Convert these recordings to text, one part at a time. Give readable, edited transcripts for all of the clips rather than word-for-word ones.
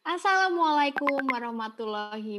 Assalamualaikum warahmatullahi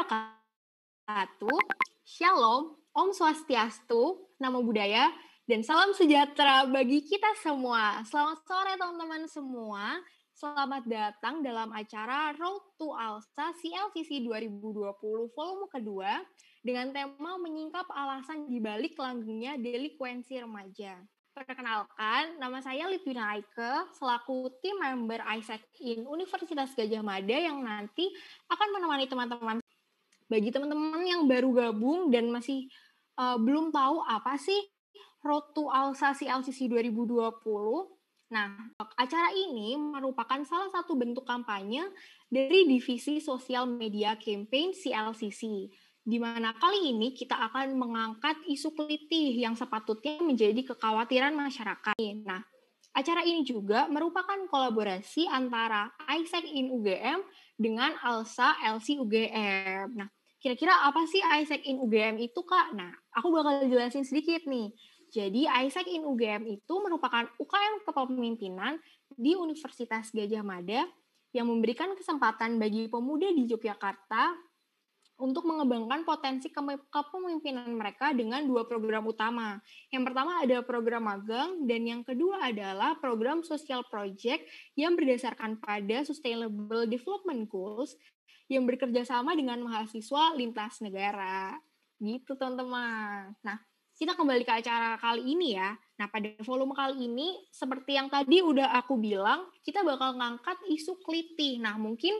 wabarakatuh. Shalom, Om Swastiastu, Namo Buddhaya, dan salam sejahtera bagi kita semua. Selamat sore teman-teman semua. Selamat datang dalam acara Road to Alsa CLCC 2020 volume kedua dengan tema menyingkap alasan dibalik langgengnya delinkuensi remaja. Perkenalkan, nama saya Litwina Aike, selaku tim member Isaac in Universitas Gadjah Mada yang nanti akan menemani teman-teman. Bagi teman-teman yang baru gabung dan masih belum tahu apa sih Road to Alsa CLCC 2020, nah, acara ini merupakan salah satu bentuk kampanye dari Divisi Sosial Media Campaign CLCC, di mana kali ini kita akan mengangkat isu kelitih yang sepatutnya menjadi kekhawatiran masyarakat. Nah, acara ini juga merupakan kolaborasi antara Isaac in UGM dengan ALSA LC UGM. Nah, kira-kira apa sih Isaac in UGM itu, Kak? Nah, aku bakal jelasin sedikit nih. Jadi, Isaac in UGM itu merupakan UKM kepemimpinan di Universitas Gadjah Mada yang memberikan kesempatan bagi pemuda di Yogyakarta untuk mengembangkan potensi kepemimpinan mereka dengan dua program utama. Yang pertama ada program magang, dan yang kedua adalah program social project yang berdasarkan pada Sustainable Development Goals yang bekerja sama dengan mahasiswa lintas negara. Gitu teman-teman. Nah, kita kembali ke acara kali ini ya. Nah, pada volume kali ini, seperti yang tadi udah aku bilang, kita bakal ngangkat isu kelitih. Nah, mungkin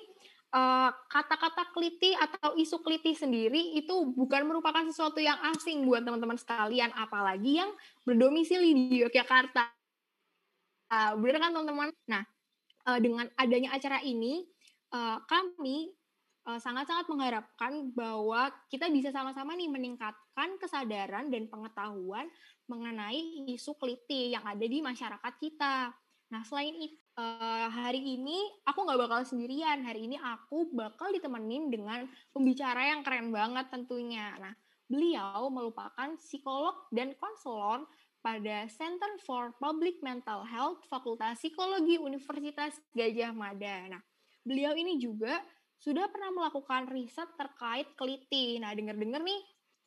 kata-kata kelitih atau isu kelitih sendiri itu bukan merupakan sesuatu yang asing buat teman-teman sekalian, apalagi yang berdomisili di Yogyakarta. Bener kan teman-teman? Nah, dengan adanya acara ini, kami sangat-sangat mengharapkan bahwa kita bisa sama-sama nih meningkatkan kesadaran dan pengetahuan mengenai isu kelitih yang ada di masyarakat kita. Nah, selain itu, hari ini aku nggak bakal sendirian. Hari ini aku bakal ditemenin dengan pembicara yang keren banget tentunya. Nah, beliau merupakan psikolog dan konselor pada Center for Public Mental Health Fakultas Psikologi Universitas Gadjah Mada. Nah, beliau ini juga sudah pernah melakukan riset terkait kelitih. Nah, dengar-dengar nih,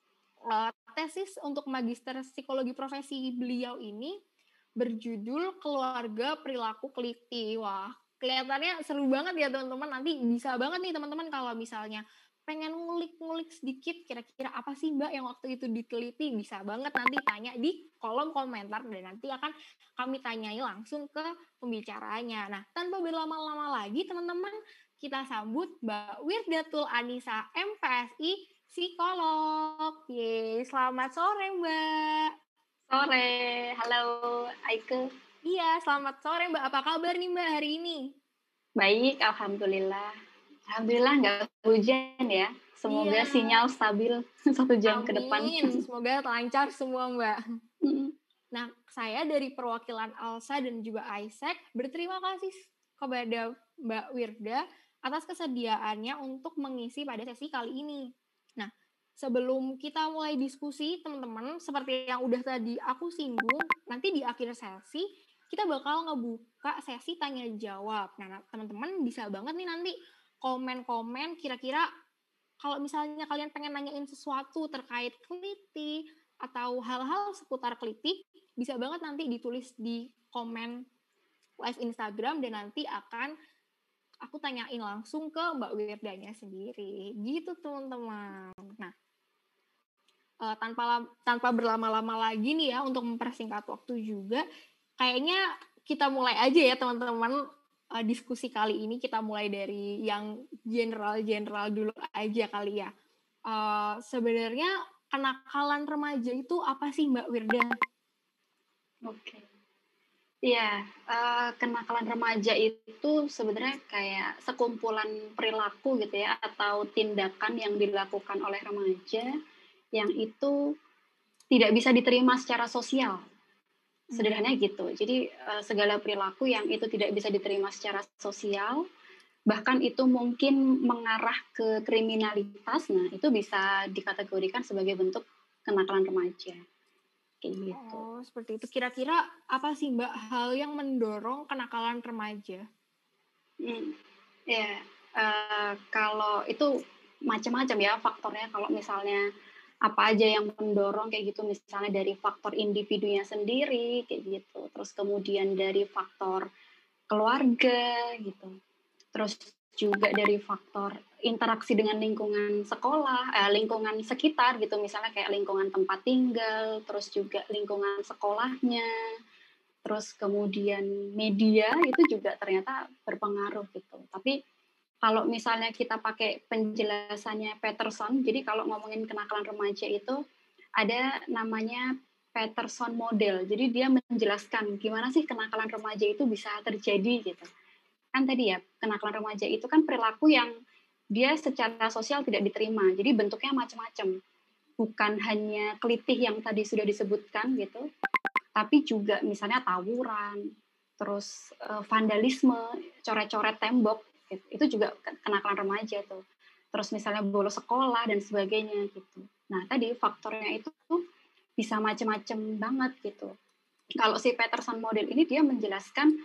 tesis untuk magister psikologi profesi beliau ini berjudul Keluarga Perilaku Kelitih. Wah, kelihatannya seru banget ya teman-teman. Nanti bisa banget nih teman-teman kalau misalnya pengen ngulik-ngulik sedikit kira-kira apa sih Mbak yang waktu itu diteliti, bisa banget nanti tanya di kolom komentar dan nanti akan kami tanyai langsung ke pembicaranya. Nah, tanpa berlama-lama lagi teman-teman, kita sambut Mbak Wirdatul Anissa MPSI psikolog. Selamat sore Mbak. Sore, halo Aike. Iya, selamat sore Mbak. Apa kabar nih Mbak hari ini? Baik, alhamdulillah. Alhamdulillah nggak hujan ya. Semoga Iya, sinyal stabil 1 jam ke depan. amin. Semoga lancar semua Mbak. Mm. Nah, saya dari perwakilan ALSA dan juga Isaac berterima kasih kepada Mbak Wirda atas kesediaannya untuk mengisi pada sesi kali ini. Nah, sebelum kita mulai diskusi, teman-teman, seperti yang udah tadi aku singgung, nanti di akhir sesi kita bakal ngebuka sesi tanya jawab. Nah, teman-teman bisa banget nih nanti komen-komen kira-kira kalau misalnya kalian pengen nanyain sesuatu terkait kelitih atau hal-hal seputar kelitih, bisa banget nanti ditulis di komen live Instagram dan nanti akan aku tanyain langsung ke Mbak Wirdanya sendiri. Gitu teman-teman. Nah, tanpa berlama-lama lagi nih ya untuk mempersingkat waktu juga, kayaknya kita mulai aja ya teman-teman. Diskusi kali ini kita mulai dari yang general dulu aja kali ya. Sebenarnya kenakalan remaja itu apa sih Mbak Wirda? Oke. Iya, kenakalan remaja itu sebenarnya kayak sekumpulan perilaku gitu ya, atau tindakan yang dilakukan oleh remaja yang itu tidak bisa diterima secara sosial. Sederhananya gitu. Jadi segala perilaku yang itu tidak bisa diterima secara sosial, bahkan itu mungkin mengarah ke kriminalitas, nah itu bisa dikategorikan sebagai bentuk kenakalan remaja. Kayak gitu. Oh, seperti itu. Kira-kira apa sih Mbak hal yang mendorong kenakalan remaja? Ya. kalau itu macam-macam ya faktornya. Kalau misalnya apa aja yang mendorong kayak gitu, misalnya dari faktor individunya sendiri kayak gitu, terus kemudian dari faktor keluarga gitu, terus juga dari faktor interaksi dengan lingkungan sekolah, lingkungan sekitar gitu, misalnya kayak lingkungan tempat tinggal, terus juga lingkungan sekolahnya, terus kemudian media itu juga ternyata berpengaruh gitu. Tapi kalau misalnya kita pakai penjelasannya Peterson, jadi kalau ngomongin kenakalan remaja itu ada namanya Peterson model. Jadi dia menjelaskan gimana sih kenakalan remaja itu bisa terjadi gitu. Kan tadi ya, kenakalan remaja itu kan perilaku yang dia secara sosial tidak diterima. Jadi bentuknya macam-macam. Bukan hanya kelitih yang tadi sudah disebutkan gitu, tapi juga misalnya tawuran, terus vandalisme, coret-coret tembok, gitu. Itu juga kenakalan remaja tuh. Terus misalnya bolos sekolah dan sebagainya gitu. Nah tadi faktornya itu tuh bisa macam-macam banget gitu. Kalau si Peterson model ini dia menjelaskan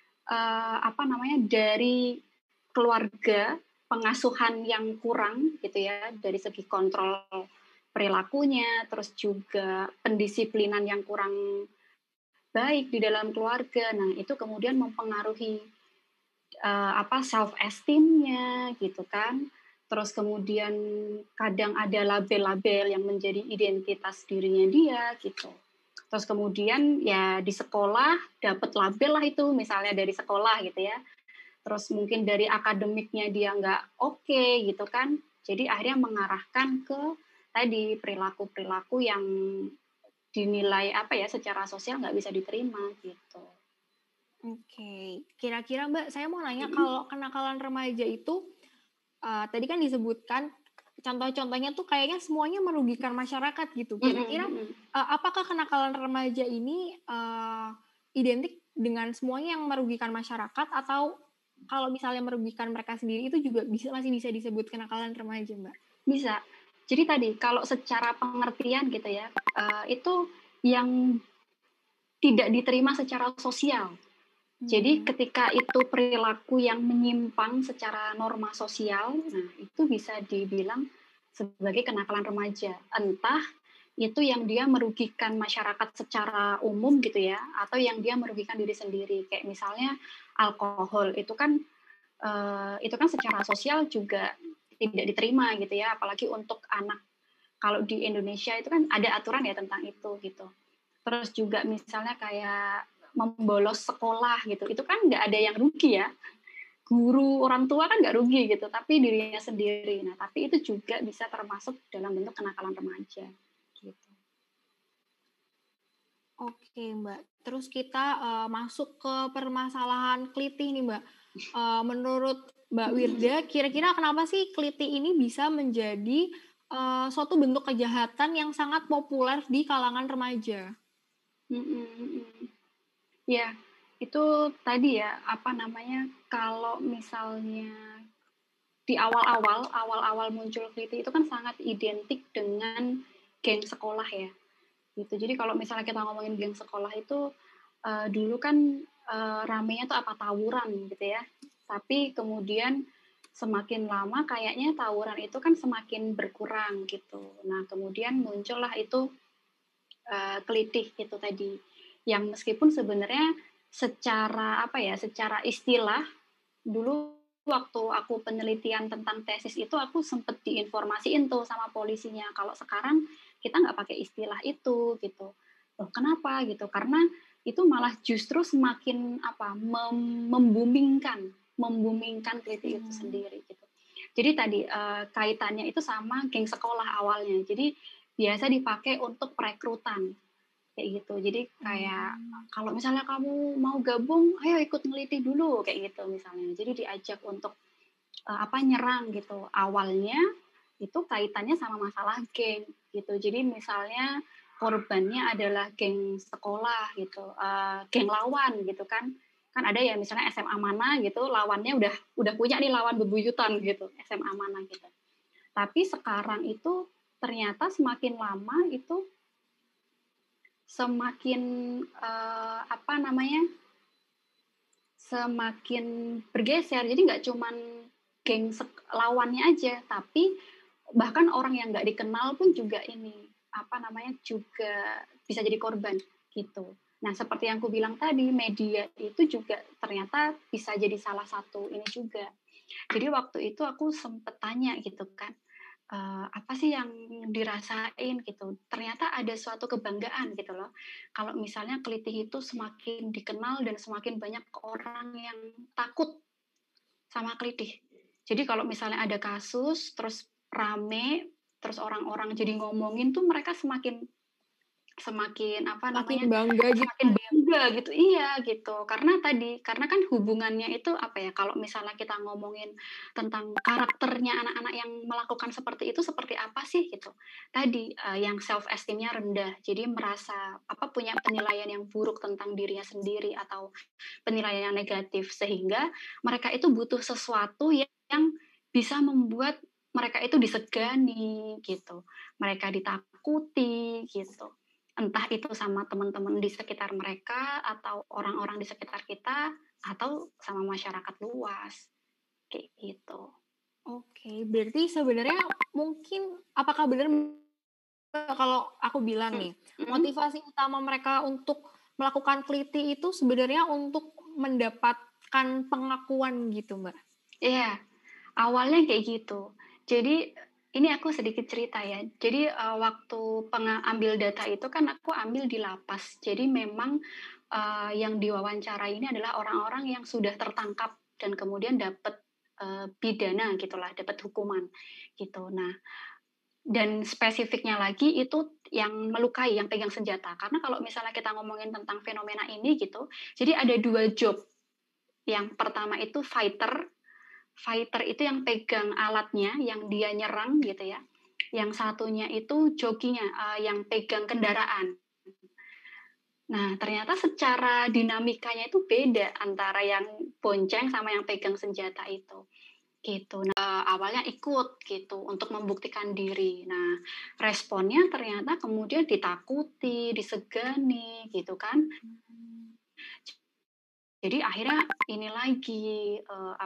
dari keluarga, pengasuhan yang kurang gitu ya dari segi kontrol perilakunya, terus juga pendisiplinan yang kurang baik di dalam keluarga. Nah, itu kemudian mempengaruhi self esteem-nya gitu kan. Terus kemudian kadang ada label-label yang menjadi identitas dirinya dia gitu. Terus kemudian ya di sekolah dapat label lah itu misalnya dari sekolah gitu ya. Terus mungkin dari akademiknya dia nggak oke gitu kan. Jadi akhirnya mengarahkan ke tadi perilaku-perilaku yang dinilai secara sosial nggak bisa diterima gitu. Oke, kira-kira Mbak, saya mau nanya Mm-hmm. kalau kenakalan remaja itu tadi kan disebutkan contoh-contohnya tuh kayaknya semuanya merugikan masyarakat gitu. Kira-kira apakah kenakalan remaja ini identik dengan semuanya yang merugikan masyarakat atau kalau misalnya merugikan mereka sendiri itu juga masih bisa disebut kenakalan remaja, Mbak? Bisa. Jadi tadi kalau secara pengertian gitu ya, itu yang tidak diterima secara sosial. Jadi ketika itu perilaku yang menyimpang secara norma sosial, nah itu bisa dibilang sebagai kenakalan remaja. Entah itu yang dia merugikan masyarakat secara umum gitu ya, atau yang dia merugikan diri sendiri. Kayak misalnya alkohol itu kan secara sosial juga tidak diterima gitu ya, apalagi untuk anak. Kalau di Indonesia itu kan ada aturan ya tentang itu gitu. Terus juga misalnya kayak membolos sekolah gitu, itu kan nggak ada yang rugi ya. Guru, orang tua kan nggak rugi gitu, tapi dirinya sendiri. Nah, tapi itu juga bisa termasuk dalam bentuk kenakalan remaja. Gitu. Oke, Mbak. Terus kita masuk ke permasalahan kelitih nih, Mbak. Menurut Mbak Wirda, kira-kira kenapa sih kelitih ini bisa menjadi suatu bentuk kejahatan yang sangat populer di kalangan remaja? Ya, itu tadi ya, kalau misalnya di awal-awal muncul kelitih itu kan sangat identik dengan geng sekolah ya. Gitu. Jadi kalau misalnya kita ngomongin geng sekolah itu dulu kan ramenya tuh tawuran gitu ya. Tapi kemudian semakin lama kayaknya tawuran itu kan semakin berkurang gitu. Nah, kemudian muncullah itu kelitih itu tadi. Yang meskipun sebenarnya secara istilah dulu waktu aku penelitian tentang tesis itu aku sempat diinformasiin tuh sama polisinya kalau sekarang kita nggak pakai istilah itu gitu. Loh, kenapa gitu? Karena itu malah justru semakin membumingkan kelitih itu sendiri gitu. Jadi tadi kaitannya itu sama geng sekolah awalnya. Jadi biasa dipakai untuk perekrutan kayak gitu. Jadi kayak kalau misalnya kamu mau gabung, ayo ikut ngeliti dulu kayak gitu misalnya. Jadi diajak untuk nyerang gitu. Awalnya itu kaitannya sama masalah geng gitu. Jadi misalnya korbannya adalah geng sekolah gitu, geng lawan gitu kan. Kan ada ya misalnya SMA mana gitu, lawannya udah punya nih lawan bebuyutan gitu, SMA mana gitu. Tapi sekarang itu ternyata semakin lama itu semakin semakin bergeser. Jadi nggak cuman lawannya aja, tapi bahkan orang yang nggak dikenal pun juga juga bisa jadi korban gitu. Nah, seperti yang aku bilang tadi, media itu juga ternyata bisa jadi salah satu ini juga. Jadi waktu itu aku sempet tanya gitu kan, apa sih yang dirasain gitu. Ternyata ada suatu kebanggaan gitu loh. Kalau misalnya Kelitih itu semakin dikenal dan semakin banyak orang yang takut sama Kelitih. Jadi kalau misalnya ada kasus, terus rame, terus orang-orang jadi ngomongin tuh mereka semakin semakin Makin bangga gitu semakin kali ya. bangga gitu. Iya gitu. Karena kan hubungannya itu kalau misalnya kita ngomongin tentang karakternya anak-anak yang melakukan seperti itu seperti apa sih gitu. Tadi yang self esteem-nya rendah. Jadi merasa punya penilaian yang buruk tentang dirinya sendiri atau penilaian yang negatif sehingga mereka itu butuh sesuatu yang bisa membuat mereka itu disegani gitu. Mereka ditakuti gitu, entah itu sama teman-teman di sekitar mereka atau orang-orang di sekitar kita atau sama masyarakat luas kayak gitu. Oke, berarti sebenarnya mungkin apakah benar kalau aku bilang nih, Mm-mm. motivasi utama mereka untuk melakukan Kelitih itu sebenarnya untuk mendapatkan pengakuan gitu, Mbak? Iya, awalnya kayak gitu. Jadi ini aku sedikit cerita ya. Jadi waktu ambil data itu kan aku ambil di lapas. Jadi memang yang diwawancara ini adalah orang-orang yang sudah tertangkap dan kemudian dapat pidana gitulah, dapat hukuman gitu. Nah, dan spesifiknya lagi itu yang melukai, yang pegang senjata. Karena kalau misalnya kita ngomongin tentang fenomena ini gitu, jadi ada dua job. Yang pertama itu fighter. Fighter itu yang pegang alatnya, yang dia nyerang gitu ya. Yang satunya itu jokinya, yang pegang kendaraan. Nah, ternyata secara dinamikanya itu beda antara yang bonceng sama yang pegang senjata itu. Gitu. Nah, awalnya ikut gitu untuk membuktikan diri. Nah, responnya ternyata kemudian ditakuti, disegani gitu kan. Jadi akhirnya ini lagi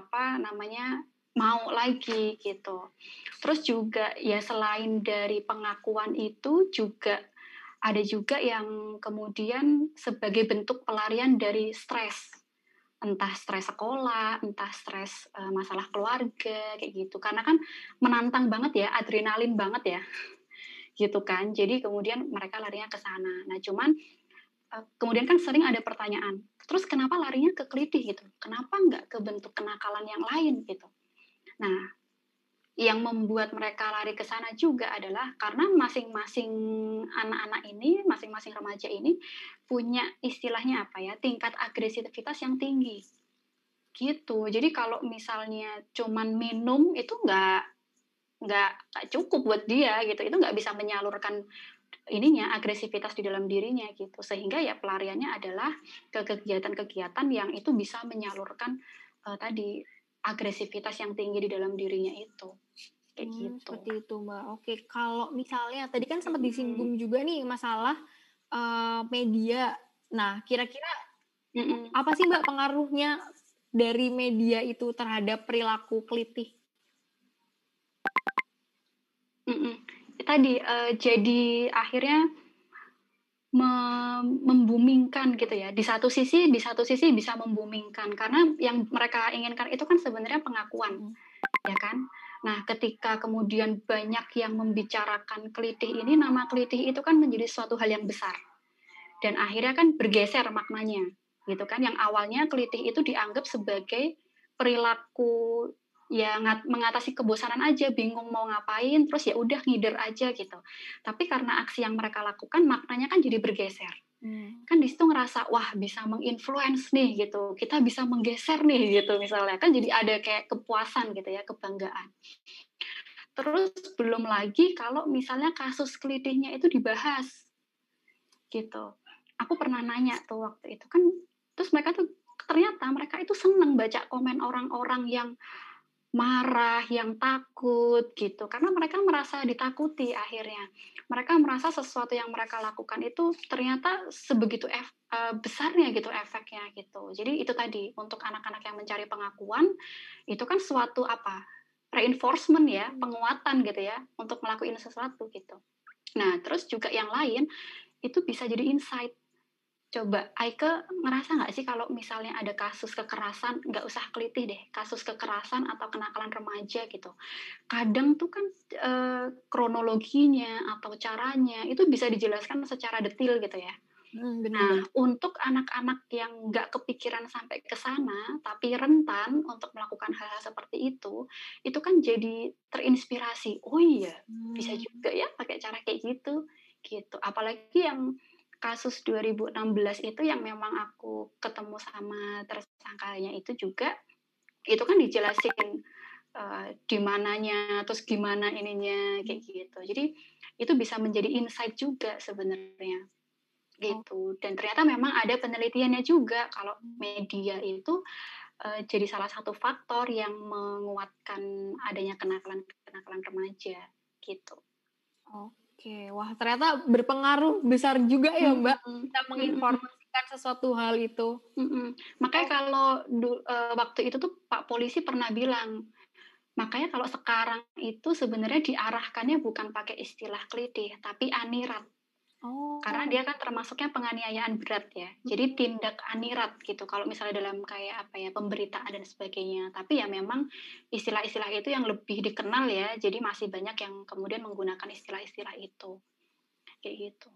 mau lagi gitu. Terus juga ya selain dari pengakuan itu juga ada juga yang kemudian sebagai bentuk pelarian dari stres. Entah stres sekolah, entah stres masalah keluarga kayak gitu. Karena kan menantang banget ya, adrenalin banget ya. Gitu kan. Jadi kemudian mereka larinya ke sana. Nah, cuman kemudian kan sering ada pertanyaan, terus kenapa larinya ke Kelitih gitu? Kenapa nggak ke bentuk kenakalan yang lain gitu? Nah, yang membuat mereka lari ke sana juga adalah karena masing-masing anak-anak ini, masing-masing remaja ini punya istilahnya tingkat agresivitas yang tinggi gitu. Jadi kalau misalnya cuman minum itu nggak cukup buat dia gitu. Itu nggak bisa menyalurkan agresivitas di dalam dirinya gitu, sehingga ya pelariannya adalah ke kegiatan-kegiatan yang itu bisa menyalurkan tadi agresivitas yang tinggi di dalam dirinya itu kayak gitu. Seperti itu, Mbak. Oke, kalau misalnya tadi kan sempat disinggung juga nih masalah media. Nah, kira-kira apa sih, Mbak, pengaruhnya dari media itu terhadap perilaku Kelitih? Tadi jadi akhirnya membumingkan gitu ya. Di satu sisi bisa membumingkan karena yang mereka inginkan itu kan sebenarnya pengakuan, ya kan? Nah, ketika kemudian banyak yang membicarakan Kelitih ini, nama Kelitih itu kan menjadi suatu hal yang besar. Dan akhirnya kan bergeser maknanya, gitu kan? Yang awalnya Kelitih itu dianggap sebagai perilaku ya mengatasi kebosanan aja, bingung mau ngapain, terus ya udah ngider aja gitu. Tapi karena aksi yang mereka lakukan, maknanya kan jadi bergeser. Kan di situ ngerasa wah bisa menginfluence nih gitu, kita bisa menggeser nih gitu misalnya, kan jadi ada kayak kepuasan gitu ya, kebanggaan. Terus belum lagi kalau misalnya kasus Kelitihnya itu dibahas gitu. Aku pernah nanya tuh waktu itu kan, terus mereka tuh ternyata mereka itu seneng baca komen orang-orang yang marah, yang takut gitu, karena mereka merasa ditakuti akhirnya. Mereka merasa sesuatu yang mereka lakukan itu ternyata sebegitu besarnya gitu efeknya gitu. Jadi itu tadi, untuk anak-anak yang mencari pengakuan, itu kan suatu apa, reinforcement ya, penguatan gitu ya, untuk ngelakuin sesuatu gitu. Nah, terus juga yang lain, itu bisa jadi insight. Coba, Aike ngerasa nggak sih kalau misalnya ada kasus kekerasan, nggak usah kelitih deh, kasus kekerasan atau kenakalan remaja gitu. Kadang tuh kan kronologinya atau caranya itu bisa dijelaskan secara detail gitu ya. Bener Nah, banget. untuk anak-anak yang nggak kepikiran sampai ke sana, tapi rentan untuk melakukan hal-hal seperti itu kan jadi terinspirasi. Oh iya, bisa Mmm, juga ya pakai cara kayak gitu, gitu. Apalagi yang kasus 2016 itu yang memang aku ketemu sama tersangkanya itu juga, itu kan dijelasin di mananya, terus gimana ininya, kayak gitu. Jadi itu bisa menjadi insight juga sebenarnya. oh, Gitu, dan ternyata memang ada penelitiannya juga kalau media itu, jadi salah satu faktor yang menguatkan adanya kenakalan-kenakalan remaja, gitu. oke. Wah, ternyata berpengaruh besar juga ya, Mbak, Mhm, kita mhm, menginformasikan sesuatu hal itu. mhm. Makanya Oh, kalau waktu itu tuh Pak Polisi pernah bilang, makanya kalau sekarang itu sebenarnya diarahkannya bukan pakai istilah kelitih, tapi anirat. Karena oh, dia kan termasuknya penganiayaan berat ya. Jadi tindak anirat gitu kalau misalnya dalam kayak apa ya, pemberitaan dan sebagainya. Tapi ya memang istilah-istilah itu yang lebih dikenal ya, jadi masih banyak yang kemudian menggunakan istilah-istilah itu, kayak gitu.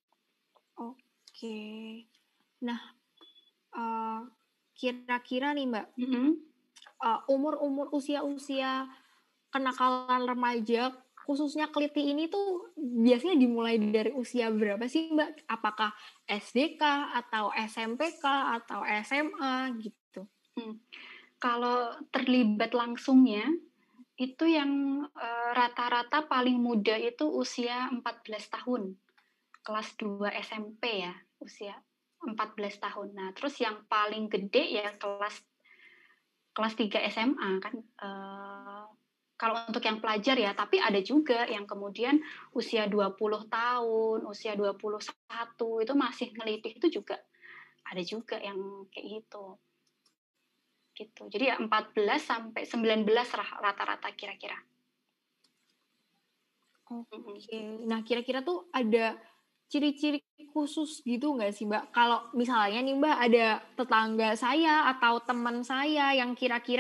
oke. Nah, eee, kira-kira nih, Mbak, Mhm, umur-umur usia-usia kenakalan remaja, khususnya keliti ini tuh biasanya dimulai dari usia berapa sih, Mbak? Apakah SD kah, atau SMP kah, atau SMA gitu? mhm. Kalau terlibat langsungnya, itu yang, rata-rata paling muda itu usia 14 tahun, kelas 2 SMP ya, usia 14 tahun. Nah, terus yang paling gede ya kelas 3 SMA kan, kalau untuk yang pelajar ya, tapi ada juga yang kemudian usia 20 tahun, usia 21 itu masih ngelitih itu juga ada juga yang kayak gitu, gitu. Jadi ya 14 sampai 19 rata-rata kira-kira. Mhm, Oke. Nah, kira-kira tuh ada ciri-ciri khusus gitu nggak sih, Mbak? Kalau misalnya nih, Mbak, ada tetangga saya atau teman saya yang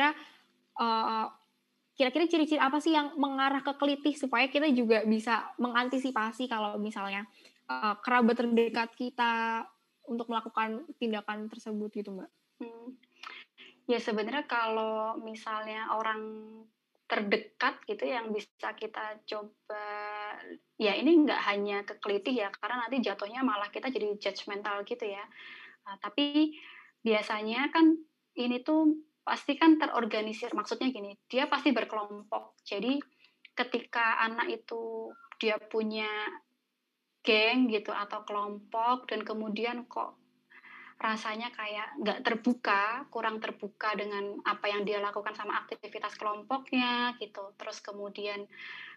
eee, kira-kira ciri-ciri apa sih yang mengarah ke kelitih supaya kita juga bisa mengantisipasi kalau misalnya, kerabat terdekat kita untuk melakukan tindakan tersebut gitu, Mbak? mmm. Ya sebenarnya kalau misalnya orang terdekat gitu yang bisa kita coba, ya ini nggak hanya ke kelitih ya, karena nanti jatuhnya malah kita jadi judgemental gitu ya. Tapi biasanya kan ini tuh pasti kan terorganisir, maksudnya gini, dia pasti berkelompok. Jadi ketika anak itu dia punya geng gitu atau kelompok dan kemudian kok rasanya kayak nggak terbuka, kurang terbuka dengan apa yang dia lakukan sama aktivitas kelompoknya gitu. Terus kemudian,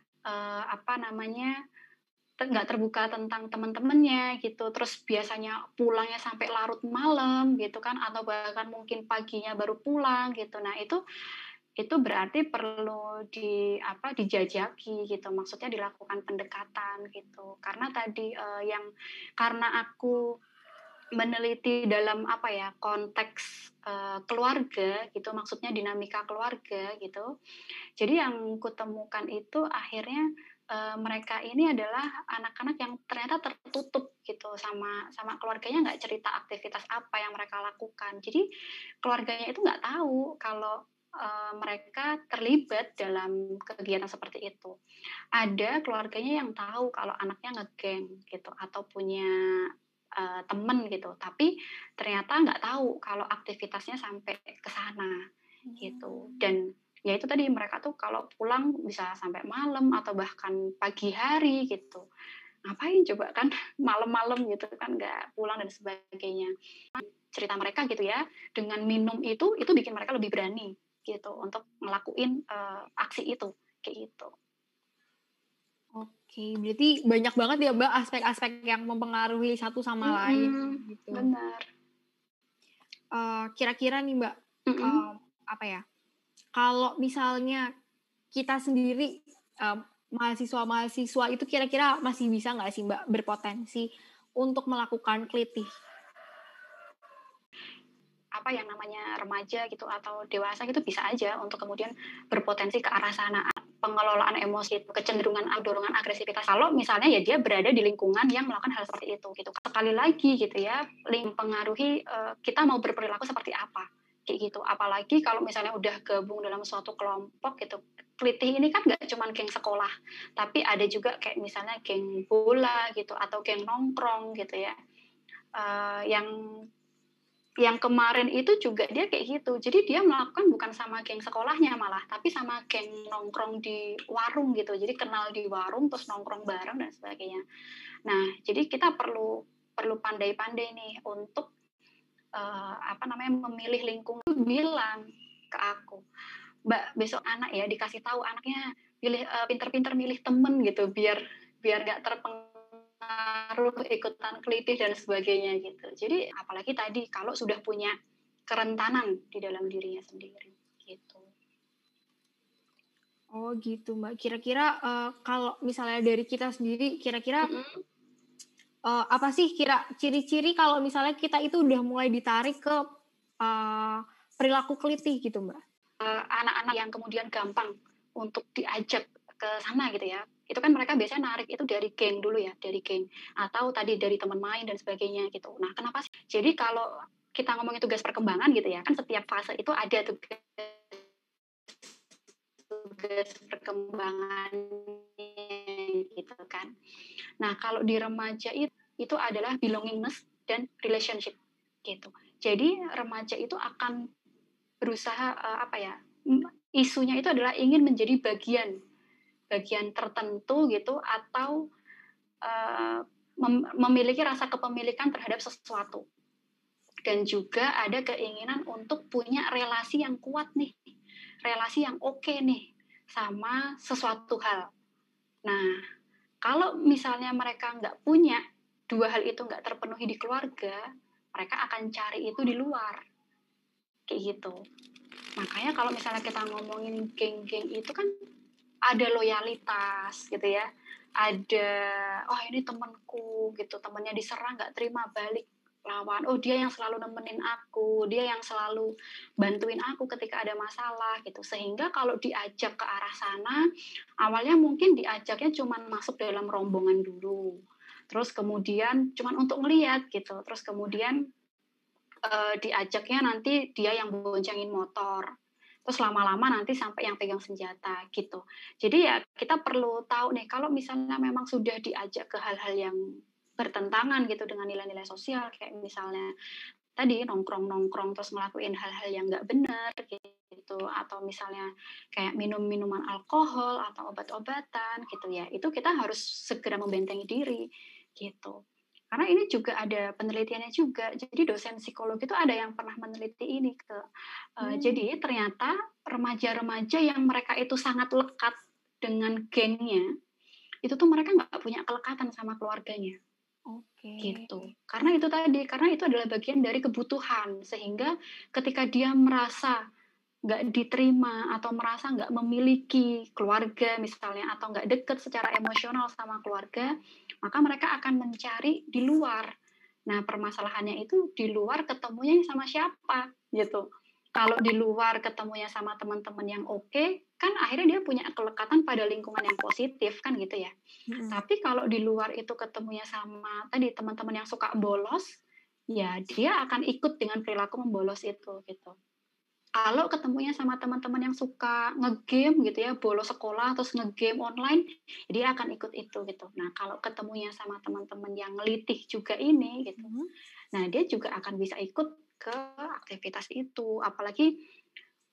apa namanya, nggak terbuka tentang teman-temannya gitu. Terus biasanya pulangnya sampai larut malam gitu kan, atau bahkan mungkin paginya baru pulang gitu. Nah itu berarti perlu apa, dijajaki gitu, maksudnya dilakukan pendekatan gitu. Karena tadi, karena aku meneliti dalam apa ya, konteks, keluarga gitu, maksudnya dinamika keluarga gitu. Jadi yang kutemukan itu akhirnya, mereka ini adalah anak-anak yang ternyata tertutup gitu sama sama keluarganya, nggak cerita aktivitas apa yang mereka lakukan. Jadi keluarganya itu nggak tahu kalau, mereka terlibat dalam kegiatan seperti itu. Ada keluarganya yang tahu kalau anaknya nge-geng gitu atau punya, temen gitu, tapi ternyata nggak tahu kalau aktivitasnya sampai ke sana, gitu. Mmm. Dan ya itu tadi, mereka tuh kalau pulang bisa sampai malam atau bahkan pagi hari gitu. Ngapain coba kan malam-malam gitu kan nggak pulang dan sebagainya. Cerita mereka gitu ya, dengan minum itu bikin mereka lebih berani. gitu untuk ngelakuin aksi itu kayak gitu. Oke, berarti banyak banget ya Mbak aspek-aspek yang mempengaruhi satu sama lain gitu. Benar. Kira-kira nih Mbak, apa ya? Kalau misalnya kita sendiri mahasiswa-mahasiswa itu kira-kira masih bisa nggak sih Mbak berpotensi untuk melakukan klitih? Apa yang namanya remaja gitu atau dewasa gitu bisa aja untuk kemudian berpotensi ke arah sana. Pengelolaan emosi, kecenderungan dorongan agresivitas. Kalau misalnya ya dia berada di lingkungan yang melakukan hal seperti itu gitu. Sekali lagi gitu ya, mempengaruhi kita mau berperilaku seperti apa kayak gitu. Apalagi kalau misalnya udah gabung dalam suatu kelompok gitu. Klitih ini kan nggak cuma geng sekolah, tapi ada juga kayak misalnya geng bola gitu atau geng nongkrong gitu ya. Yang kemarin itu juga dia kayak gitu. Jadi dia melakukan bukan sama geng sekolahnya malah, tapi sama geng nongkrong di warung gitu. Jadi kenal di warung terus nongkrong bareng dan sebagainya. Nah, jadi kita perlu pandai-pandai nih untuk memilih lingkungan. Bilang ke aku, Mbak, besok anak ya dikasih tahu anaknya pinter-pinter milih temen gitu biar nggak terpengaruh ikutan kelitih dan sebagainya gitu. Jadi apalagi tadi kalau sudah punya kerentanan di dalam dirinya sendiri gitu. Oh gitu Mbak. Kira-kira kalau misalnya dari kita sendiri, kira-kira apa sih ciri-ciri kalau misalnya kita itu udah mulai ditarik ke perilaku kelitih gitu Mbak? Anak-anak yang kemudian gampang untuk diajak ke sana gitu ya, itu kan mereka biasanya narik itu dari geng dulu ya, dari geng atau tadi dari teman main dan sebagainya gitu. Nah, kenapa sih? Jadi kalau kita ngomongin tugas perkembangan gitu ya, kan setiap fase itu ada tugas perkembangannya gitu kan. Nah, kalau di remaja itu adalah belongingness dan relationship gitu. Jadi remaja itu akan berusaha isunya itu adalah ingin menjadi bagian tertentu gitu atau memiliki rasa kepemilikan terhadap sesuatu dan juga ada keinginan untuk punya relasi yang kuat nih, relasi yang oke nih sama sesuatu hal. Nah, kalau misalnya mereka nggak punya dua hal itu nggak terpenuhi di keluarga, mereka akan cari itu di luar kayak gitu. Makanya kalau misalnya kita ngomongin geng-geng itu kan ada loyalitas gitu ya, ada ini temanku gitu, temannya diserang nggak terima balik lawan, dia yang selalu nemenin aku, dia yang selalu bantuin aku ketika ada masalah gitu. Sehingga kalau diajak ke arah sana, awalnya mungkin diajaknya cuma masuk dalam rombongan dulu, terus kemudian cuma untuk ngeliat gitu, terus kemudian diajaknya nanti dia yang boncengin motor, terus lama-lama nanti sampai yang pegang senjata gitu. Jadi ya kita perlu tahu nih kalau misalnya memang sudah diajak ke hal-hal yang bertentangan gitu dengan nilai-nilai sosial kayak misalnya tadi nongkrong-nongkrong terus ngelakuin hal-hal yang nggak benar gitu atau misalnya kayak minum minuman alkohol atau obat-obatan gitu ya, itu kita harus segera membentengi diri gitu. Karena ini juga ada penelitiannya juga. Jadi dosen psikologi itu ada yang pernah meneliti ini jadi ternyata remaja-remaja yang mereka itu sangat lekat dengan gengnya, itu tuh mereka nggak punya kelekatan sama keluarganya. Gitu. Karena itu tadi, karena itu adalah bagian dari kebutuhan. Sehingga ketika dia merasa nggak diterima atau merasa nggak memiliki keluarga misalnya atau nggak deket secara emosional sama keluarga, maka mereka akan mencari di luar. Nah, permasalahannya itu di luar ketemunya sama siapa gitu. Kalau di luar ketemunya sama teman-teman yang oke, kan akhirnya dia punya kelekatan pada lingkungan yang positif kan gitu ya. Tapi kalau di luar itu ketemunya sama tadi teman-teman yang suka bolos, ya dia akan ikut dengan perilaku membolos itu gitu. Kalau ketemunya sama teman-teman yang suka ngegame gitu ya, bolos sekolah terus ngegame online, dia akan ikut itu gitu. Nah, kalau ketemunya sama teman-teman yang ngelitih juga ini gitu, nah dia juga akan bisa ikut ke aktivitas itu. Apalagi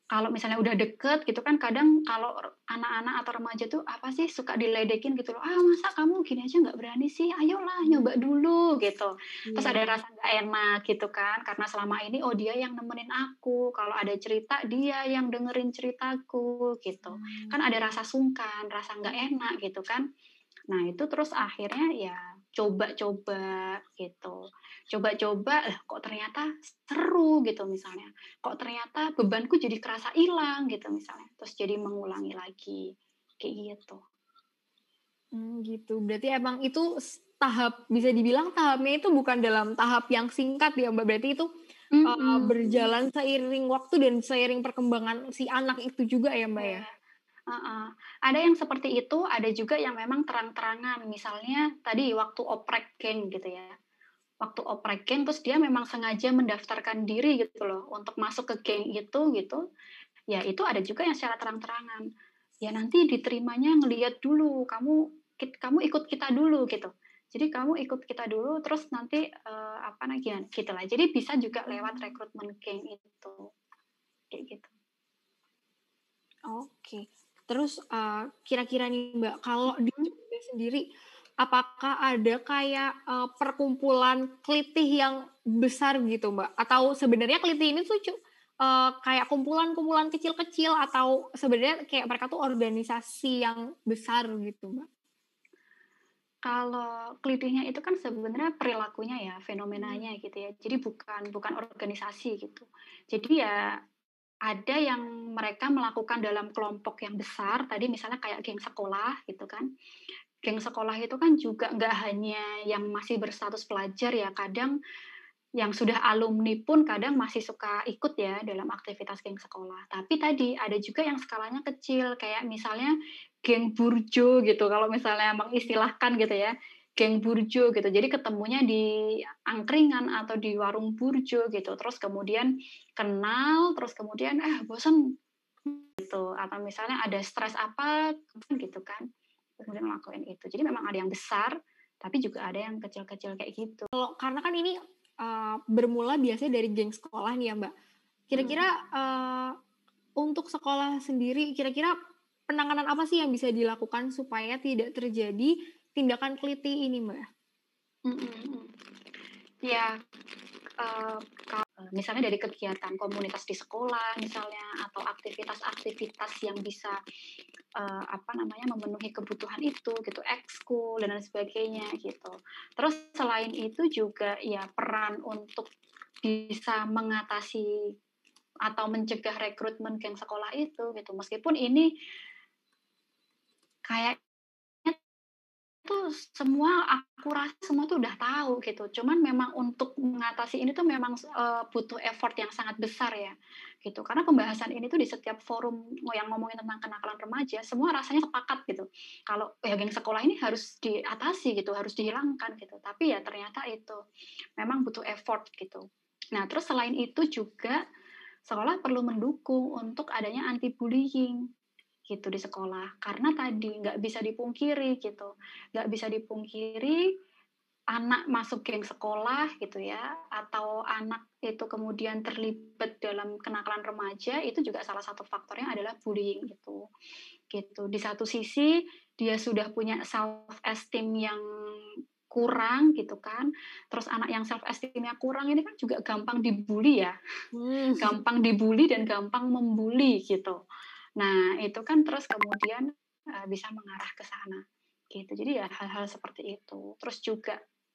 kalau misalnya udah deket gitu kan kadang kalau anak-anak atau remaja tuh apa sih suka diledekin gitu loh, "Ah, masa kamu gini aja nggak berani sih? Ayolah nyoba dulu," gitu. Terus ada Iya. rasa nggak enak gitu kan, karena selama ini, oh dia yang nemenin aku, kalau ada cerita dia yang dengerin ceritaku gitu. Kan ada rasa sungkan, rasa nggak enak gitu kan. Nah, itu terus akhirnya ya coba-coba gitu. Coba-coba, lah kok ternyata seru gitu misalnya. Kok ternyata bebanku jadi kerasa hilang gitu misalnya. Terus jadi mengulangi lagi, kayak gitu. Gitu. Berarti emang itu tahap bisa dibilang tahapnya itu bukan dalam tahap yang singkat ya, Mbak, berarti itu, Mhm. berjalan seiring waktu dan seiring perkembangan si anak itu juga ya, Mbak, Iya, ya? heeh. Ada yang seperti itu, ada juga yang memang terang-terangan. Misalnya tadi waktu oprek geng gitu ya. Waktu oprek geng terus dia memang sengaja mendaftarkan diri gitu loh untuk masuk ke geng itu gitu. Ya itu ada juga yang secara terang-terangan, ya nanti diterimanya ngelihat dulu, kamu ikut kita dulu gitu. Jadi kamu ikut kita dulu terus nanti, apa namanya, gitulah. Jadi bisa juga lewat Mmm. rekrutmen geng itu, kayak gitu. Oke. Terus, kira-kira nih, Mbak, kalau di Mhm. Jogja sendiri, apakah ada kayak, perkumpulan kelitih yang besar gitu, Mbak? Atau sebenarnya kelitih ini tuh kayak kumpulan-kumpulan kecil-kecil atau sebenarnya kayak mereka tuh organisasi yang besar gitu, Mbak? Kalau kelitihnya itu kan sebenarnya perilakunya ya, Mmm. fenomenanya gitu ya. Jadi bukan bukan organisasi gitu. Jadi ya ada yang mereka melakukan dalam kelompok yang besar, tadi misalnya kayak geng sekolah gitu kan. Geng sekolah itu kan juga nggak hanya yang masih berstatus pelajar ya, kadang yang sudah alumni pun kadang masih suka ikut ya dalam aktivitas geng sekolah. Tapi tadi ada juga yang skalanya kecil, kayak misalnya geng burjo gitu, kalau misalnya mengistilahkan gitu ya, geng burjo gitu. Jadi ketemunya di angkringan atau di warung burjo gitu, terus kemudian kenal, terus kemudian, bosen gitu, atau misalnya ada stres apa gitu kan, kemudian ngelakuin itu. Jadi memang ada yang besar, tapi juga ada yang kecil-kecil kayak gitu. Karena kan ini, bermula biasanya dari geng sekolah nih ya, Mbak. Kira-kira, Mhm. untuk sekolah sendiri, kira-kira penanganan apa sih yang bisa dilakukan supaya tidak terjadi tindakan keliti ini, Mbak? Mhm mhm. Ya, eee, misalnya dari kegiatan komunitas di sekolah misalnya, atau aktivitas-aktivitas yang bisa, apa namanya, memenuhi kebutuhan itu gitu, ekskul dan lain sebagainya gitu. Terus selain itu juga ya peran untuk bisa mengatasi atau mencegah rekrutmen geng sekolah itu gitu, meskipun ini kayaknya tuh semua aku rasa semua tuh udah tahu gitu, cuman memang untuk mengatasi ini tuh memang butuh effort yang sangat besar ya, gitu. Karena pembahasan ini tuh di setiap forum yang ngomongin tentang kenakalan remaja, semua rasanya sepakat gitu, kalau ya geng sekolah ini harus diatasi gitu, harus dihilangkan gitu. Tapi ya ternyata itu memang butuh effort gitu. Nah, terus selain itu juga sekolah perlu mendukung untuk adanya anti bullying gitu di sekolah. Karena tadi nggak bisa dipungkiri gitu, nggak bisa dipungkiri anak masuk geng sekolah gitu ya, atau anak itu kemudian terlibat dalam kenakalan remaja, itu juga salah satu faktornya adalah bullying itu, gitu. Di satu sisi dia sudah punya self esteem yang kurang gitu kan, terus anak yang self esteem-nya kurang ini kan juga gampang dibully ya. Mmm. Gampang dibully dan gampang membuli gitu. Nah, itu kan terus kemudian, bisa mengarah ke sana, gitu. Jadi ya hal-hal seperti itu. Terus juga,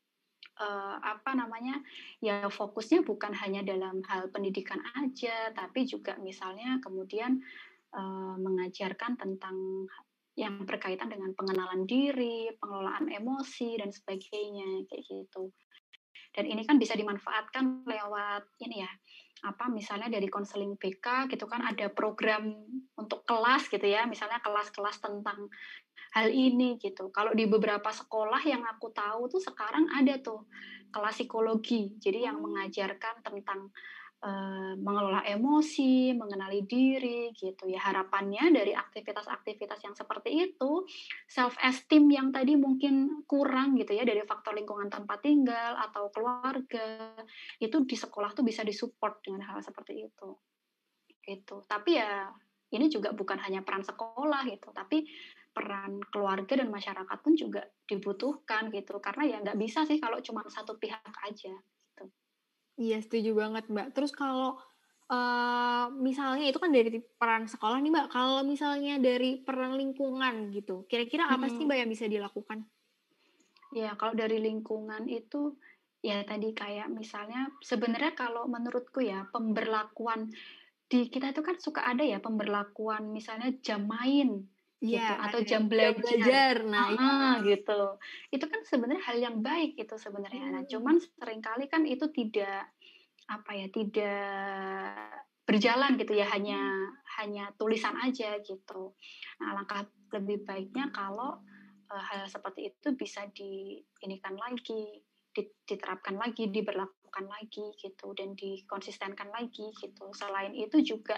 apa namanya, ya fokusnya bukan hanya dalam hal pendidikan aja, tapi juga misalnya kemudian, mengajarkan tentang yang berkaitan dengan pengenalan diri, pengelolaan emosi, dan sebagainya, kayak gitu. Dan ini kan bisa dimanfaatkan lewat ini ya, apa, misalnya dari konseling BK gitu kan ada program untuk kelas gitu ya, misalnya kelas-kelas tentang hal ini gitu. Kalau di beberapa sekolah yang aku tahu tuh sekarang ada tuh kelas psikologi. Jadi yang Oh. mengajarkan tentang, mengelola emosi, mengenali diri gitu ya. Harapannya dari aktivitas-aktivitas yang seperti itu, self esteem yang tadi mungkin kurang gitu ya dari faktor lingkungan tempat tinggal atau keluarga, itu di sekolah tuh bisa disupport dengan hal seperti itu. gitu. Tapi ya ini juga bukan hanya peran sekolah gitu, tapi peran keluarga dan masyarakat pun juga dibutuhkan gitu. Karena ya nggak bisa sih kalau cuma satu pihak aja gitu. Iya, setuju banget, Mbak. Terus kalau, misalnya itu kan dari peran sekolah nih, Mbak, kalau misalnya dari peran lingkungan gitu, kira-kira apa sih, Mhm. Mbak, yang bisa dilakukan? Ya, kalau dari lingkungan itu, ya tadi kayak misalnya sebenarnya kalau menurutku ya, pemberlakuan di kita itu kan suka ada ya pemberlakuan misalnya jam main Iya, gitu atau ada jam jam belajar. belajar. Nah, iya. Gitu. Itu kan sebenarnya hal yang baik itu sebenarnya. Nah, Mhm. cuman seringkali kan itu tidak apa ya, tidak berjalan gitu ya, hanya hanya tulisan aja gitu. Nah, alangkah lebih baiknya kalau hal seperti itu bisa diinikan lagi, diterapkan lagi, diberlakukan lagi gitu dan dikonsistenkan lagi gitu. Selain itu juga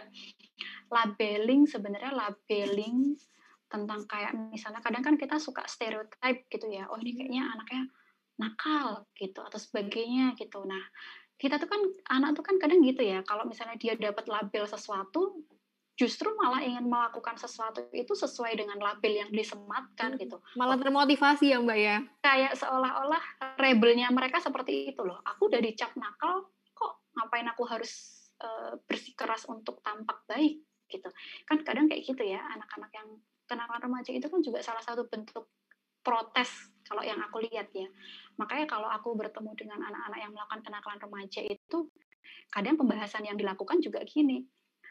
sebenarnya labeling tentang kayak misalnya kadang kan kita suka stereotype gitu ya. Oh, ini kayaknya anaknya nakal gitu atau sebagainya gitu. Nah, kita tuh kan anak tuh kan kadang gitu ya, kalau misalnya dia dapat label sesuatu, justru malah ingin melakukan sesuatu itu sesuai dengan label yang disematkan gitu. Malah Wah, termotivasi ya, Mbak, ya? kayak seolah-olah rebelnya mereka seperti itu loh. Aku udah dicap nakal, kok ngapain aku harus bersikeras untuk tampak baik gitu. Kan kadang kayak gitu ya, anak-anak yang kenakalan remaja itu kan juga salah satu bentuk protes kalau yang aku lihat ya. Makanya kalau aku bertemu dengan anak-anak yang melakukan kenakalan remaja itu, kadang pembahasan yang dilakukan juga gini,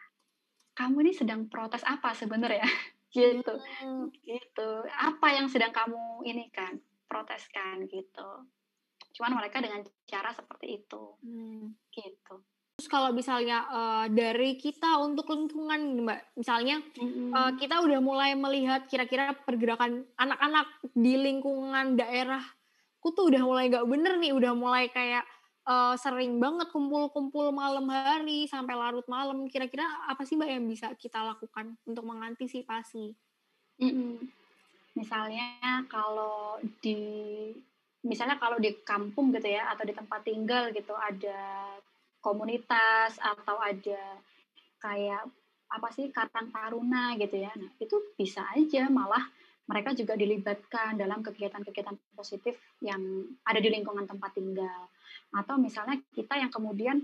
"Kamu ini sedang protes apa sebenarnya?" Gitu. Mmm, Gitu. "Apa yang sedang kamu ini kan proteskan?" Gitu. Cuman mereka dengan cara seperti itu, mmm. gitu. Terus kalau misalnya, dari kita untuk lingkungan nih, Mbak, misalnya, Mhm. kita udah mulai melihat kira-kira pergerakan anak-anak di lingkungan daerahku tuh udah mulai nggak bener nih, udah mulai kayak, sering banget kumpul-kumpul malam hari sampai larut malam, kira-kira apa sih, Mbak, yang bisa kita lakukan untuk mengantisipasi? Mhm. Misalnya kalau di misalnya kalau di kampung gitu ya, atau di tempat tinggal gitu, ada komunitas atau ada kayak apa sih, karang taruna gitu ya. Nah, itu bisa aja malah mereka juga dilibatkan dalam kegiatan-kegiatan positif yang ada di lingkungan tempat tinggal. Atau misalnya kita yang kemudian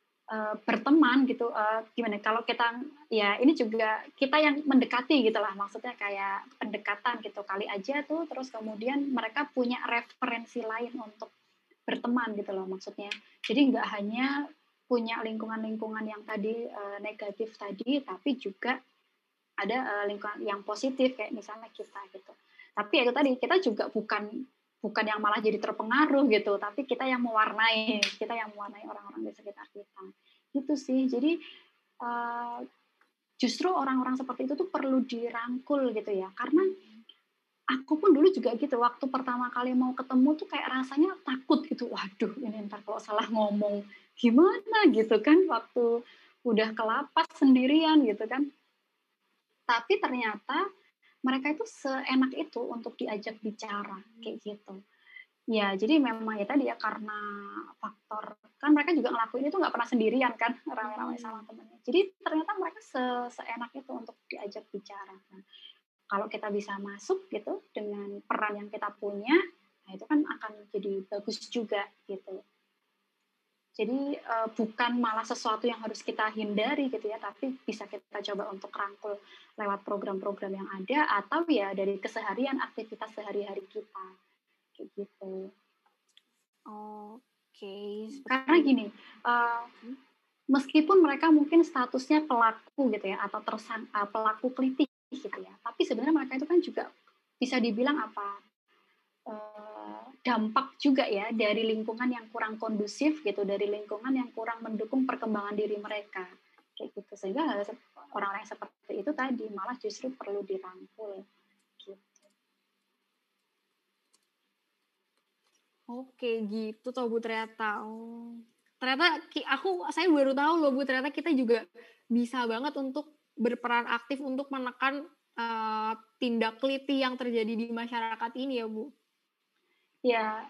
berteman gitu, gimana kalau kita ya ini juga kita yang mendekati gitulah, maksudnya kayak pendekatan gitu, kali aja tuh terus kemudian mereka punya referensi lain untuk berteman gitu loh maksudnya. Jadi nggak hanya punya lingkungan-lingkungan yang tadi, negatif tadi, tapi juga ada, lingkungan yang positif kayak misalnya kita gitu. Tapi ya itu tadi, kita juga bukan bukan yang malah jadi terpengaruh gitu, tapi kita yang mewarnai orang-orang di sekitar kita, gitu sih. Jadi, eee, justru orang-orang seperti itu tuh perlu dirangkul gitu ya, karena aku pun dulu juga gitu, waktu pertama kali mau ketemu tuh kayak rasanya takut gitu, "Waduh ini entar kalau salah ngomong gimana?" Gitu kan, waktu udah ke lapas sendirian gitu kan. Tapi ternyata mereka itu seenak itu untuk diajak bicara, kayak gitu. Ya, jadi memang ya tadi ya, karena faktor kan mereka juga ngelakuin itu nggak pernah sendirian kan, rame-rame sama Mhm. temennya. Jadi ternyata mereka seenak itu untuk diajak bicara. Nah, kalau kita bisa masuk gitu dengan peran yang kita punya, nah itu kan akan jadi bagus juga gitu. Jadi, bukan malah sesuatu yang harus kita hindari gitu ya, tapi bisa kita coba untuk rangkul lewat program-program yang ada atau ya dari keseharian aktivitas sehari-hari kita, kayak gitu. Oke, seperti Karena itu. gini, meskipun mereka mungkin statusnya pelaku gitu ya atau pelaku kritik gitu ya, tapi sebenarnya mereka itu kan juga bisa dibilang apa, dampak juga ya dari lingkungan yang kurang kondusif gitu, dari lingkungan yang kurang mendukung perkembangan diri mereka, kayak gitu. Sehingga orang-orang yang seperti itu tadi malah justru perlu dirangkul, gitu. Oke, gitu toh Bu ternyata. Oh. Ternyata saya baru tahu loh Bu, ternyata kita juga bisa banget untuk berperan aktif untuk menekan, tindak keliti yang terjadi di masyarakat ini ya, Bu? Ya,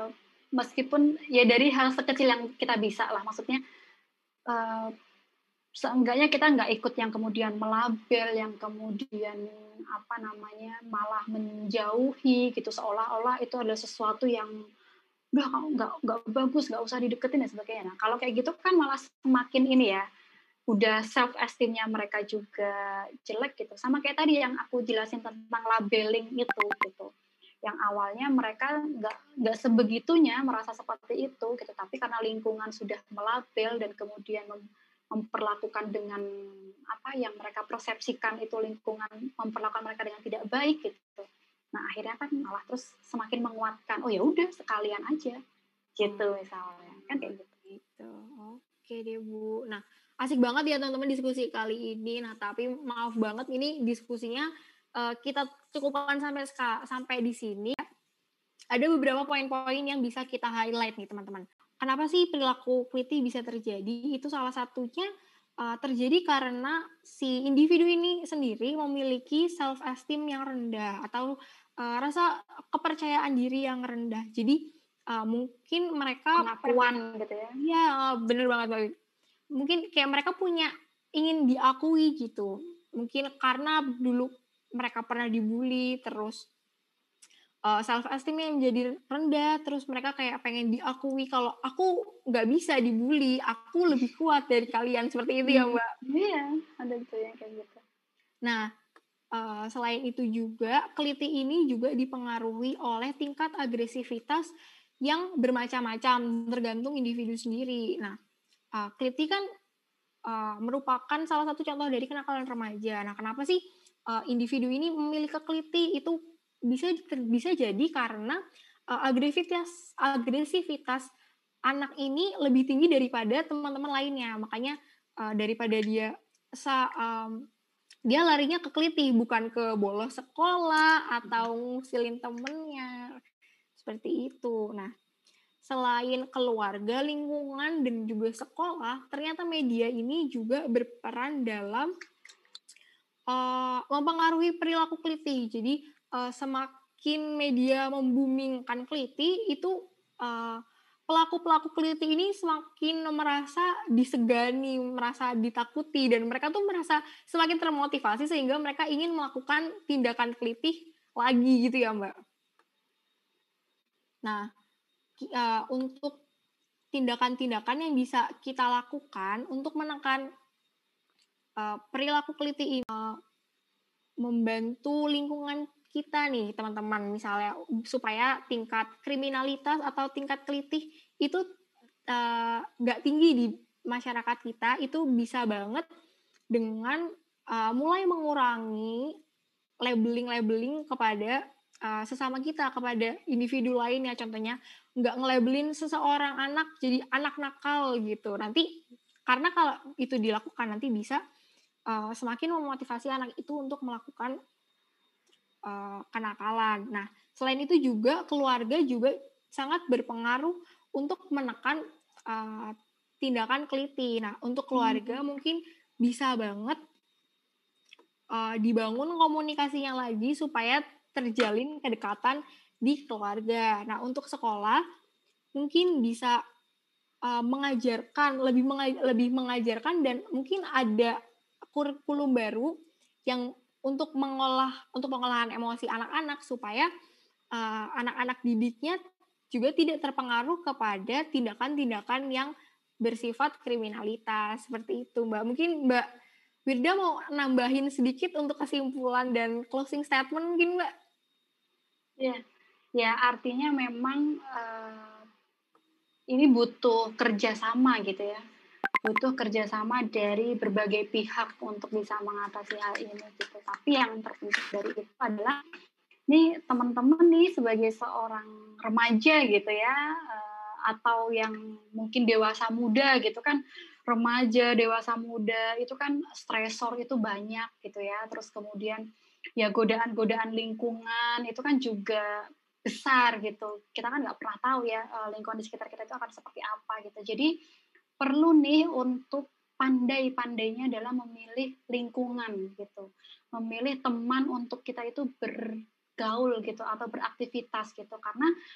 meskipun ya dari hal sekecil yang kita bisa lah, maksudnya, eee seenggaknya kita nggak ikut yang kemudian melabel, yang kemudian apa namanya malah menjauhi gitu seolah-olah itu adalah sesuatu yang nggak bagus, nggak usah dideketin dan sebagainya. Nah, kalau kayak gitu kan malah semakin ini ya, udah self esteem-nya mereka juga jelek gitu. Sama kayak tadi yang aku jelasin tentang labeling itu gitu. Yang awalnya mereka nggak sebegitunya merasa seperti itu gitu, tapi karena lingkungan sudah melabel dan kemudian memperlakukan dengan apa yang mereka persepsikan itu lingkungan memperlakukan mereka dengan tidak baik gitu. Nah, akhirnya kan malah terus semakin menguatkan, oh ya udah sekalian aja gitu misalnya. Kan kayak gitu. Gitu. Oke deh, Bu. Nah, asik banget ya teman-teman diskusi kali ini. Nah, tapi maaf banget ini diskusinya kita cukupkan sampai di sini. Ada beberapa poin-poin yang bisa kita highlight nih, teman-teman. Kenapa sih perilaku kliti bisa terjadi? Itu salah satunya terjadi karena si individu ini sendiri memiliki self esteem yang rendah atau rasa kepercayaan diri yang rendah. Jadi mungkin mereka Pengakuan gitu ya. iya, bener banget, Mbak. Mungkin kayak mereka punya ingin diakui gitu. Mungkin karena dulu mereka pernah dibully, terus self esteem-nya menjadi rendah, terus mereka kayak pengen diakui kalau aku nggak bisa dibully, aku lebih kuat dari kalian, seperti itu ya, Mbak. Iya, ada tuh yang kayak gitu. Nah, selain itu juga, keliti ini juga dipengaruhi oleh tingkat agresivitas yang bermacam-macam, tergantung individu sendiri. Nah, keliti kan merupakan salah satu contoh dari kenakalan remaja. Nah, kenapa sih individu ini memilih kekeliti? Itu bisa jadi karena agresivitas anak ini lebih tinggi daripada teman-teman lainnya. Makanya daripada dia larinya ke keliti, bukan ke bolos sekolah atau ngusilin temennya. Seperti itu. Nah, selain keluarga, lingkungan, dan juga sekolah, ternyata media ini juga berperan dalam mempengaruhi perilaku keliti. Jadi semakin media membumingkan keliti, itu pelaku-pelaku keliti ini semakin merasa disegani, merasa ditakuti, dan mereka tuh merasa semakin termotivasi sehingga mereka ingin melakukan tindakan keliti lagi gitu ya, Mbak. Nah, untuk tindakan-tindakan yang bisa kita lakukan untuk menekan perilaku keliti ini, membantu lingkungan kita nih teman-teman, misalnya supaya tingkat kriminalitas atau tingkat kelitih itu nggak tinggi di masyarakat kita, itu bisa banget dengan mulai mengurangi labeling kepada sesama kita, kepada individu lainnya. Contohnya nggak nge-labelin seseorang anak jadi anak nakal gitu. Nanti karena kalau itu dilakukan nanti bisa semakin memotivasi anak itu untuk melakukan kenakalan. Nah, selain itu juga keluarga juga sangat berpengaruh untuk menekan tindakan keliti. Nah, untuk keluarga mungkin bisa banget dibangun komunikasinya lagi supaya terjalin kedekatan di keluarga. Nah, untuk sekolah mungkin bisa lebih mengajarkan dan mungkin ada kurikulum baru yang untuk pengolahan emosi anak-anak supaya anak-anak didiknya juga tidak terpengaruh kepada tindakan-tindakan yang bersifat kriminalitas seperti itu, Mbak. Mungkin Mbak Wirda mau nambahin sedikit untuk kesimpulan dan closing statement mungkin, Mbak? Ya, ya artinya memang ini butuh kerjasama gitu ya, butuh kerjasama dari berbagai pihak untuk bisa mengatasi hal ini gitu. Tapi yang terpenting dari itu adalah nih teman-teman nih sebagai seorang remaja gitu ya, atau yang mungkin dewasa muda gitu kan, remaja, dewasa muda itu kan stresor itu banyak gitu ya, terus kemudian ya godaan-godaan lingkungan itu kan juga besar gitu. Kita kan nggak pernah tahu ya lingkungan di sekitar kita itu akan seperti apa gitu. Jadi perlu nih untuk pandai-pandainya dalam memilih lingkungan gitu, memilih teman untuk kita itu bergaul gitu atau beraktivitas gitu, karena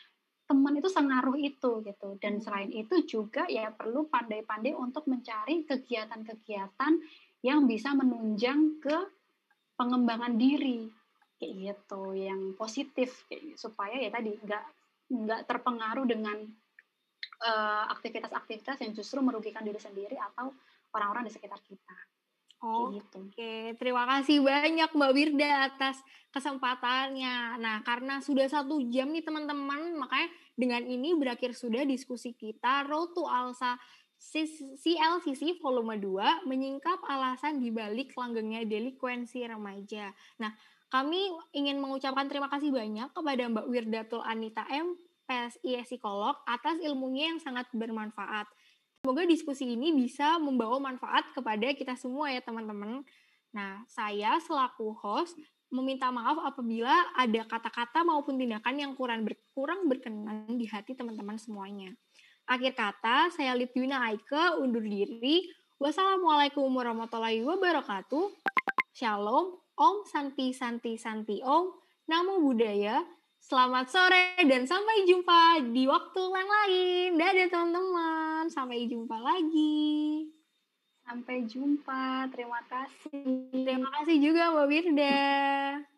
teman itu sengaruh itu gitu. Dan selain itu juga ya perlu pandai-pandai untuk mencari kegiatan-kegiatan yang bisa menunjang ke pengembangan diri kayak gitu, yang positif kayak supaya ya tadi nggak terpengaruh dengan aktivitas-aktivitas yang justru merugikan diri sendiri atau orang-orang di sekitar kita. Kayak gitu. Oke, terima kasih banyak Mbak Wirda atas kesempatannya. Nah, karena sudah 1 jam nih teman-teman, makanya dengan ini berakhir sudah diskusi kita Road to Alsa CLCC volume 2, menyingkap alasan dibalik langgengnya delinkuensi remaja. Nah, kami ingin mengucapkan terima kasih banyak kepada Mbak Wirdatul Anita M, PSI Psikolog, atas ilmunya yang sangat bermanfaat. Semoga diskusi ini bisa membawa manfaat kepada kita semua ya teman-teman. Nah, saya selaku host meminta maaf apabila ada kata-kata maupun tindakan yang kurang berkenan di hati teman-teman semuanya. Akhir kata, saya Litwina Aike undur diri. Wassalamualaikum warahmatullahi wabarakatuh. Shalom, Om Santi Santi Santi Om, Namo Buddhaya. Selamat sore dan sampai jumpa di waktu yang lain. Dadah teman-teman, sampai jumpa lagi. Sampai jumpa, terima kasih. Terima kasih juga Mbak Wirda.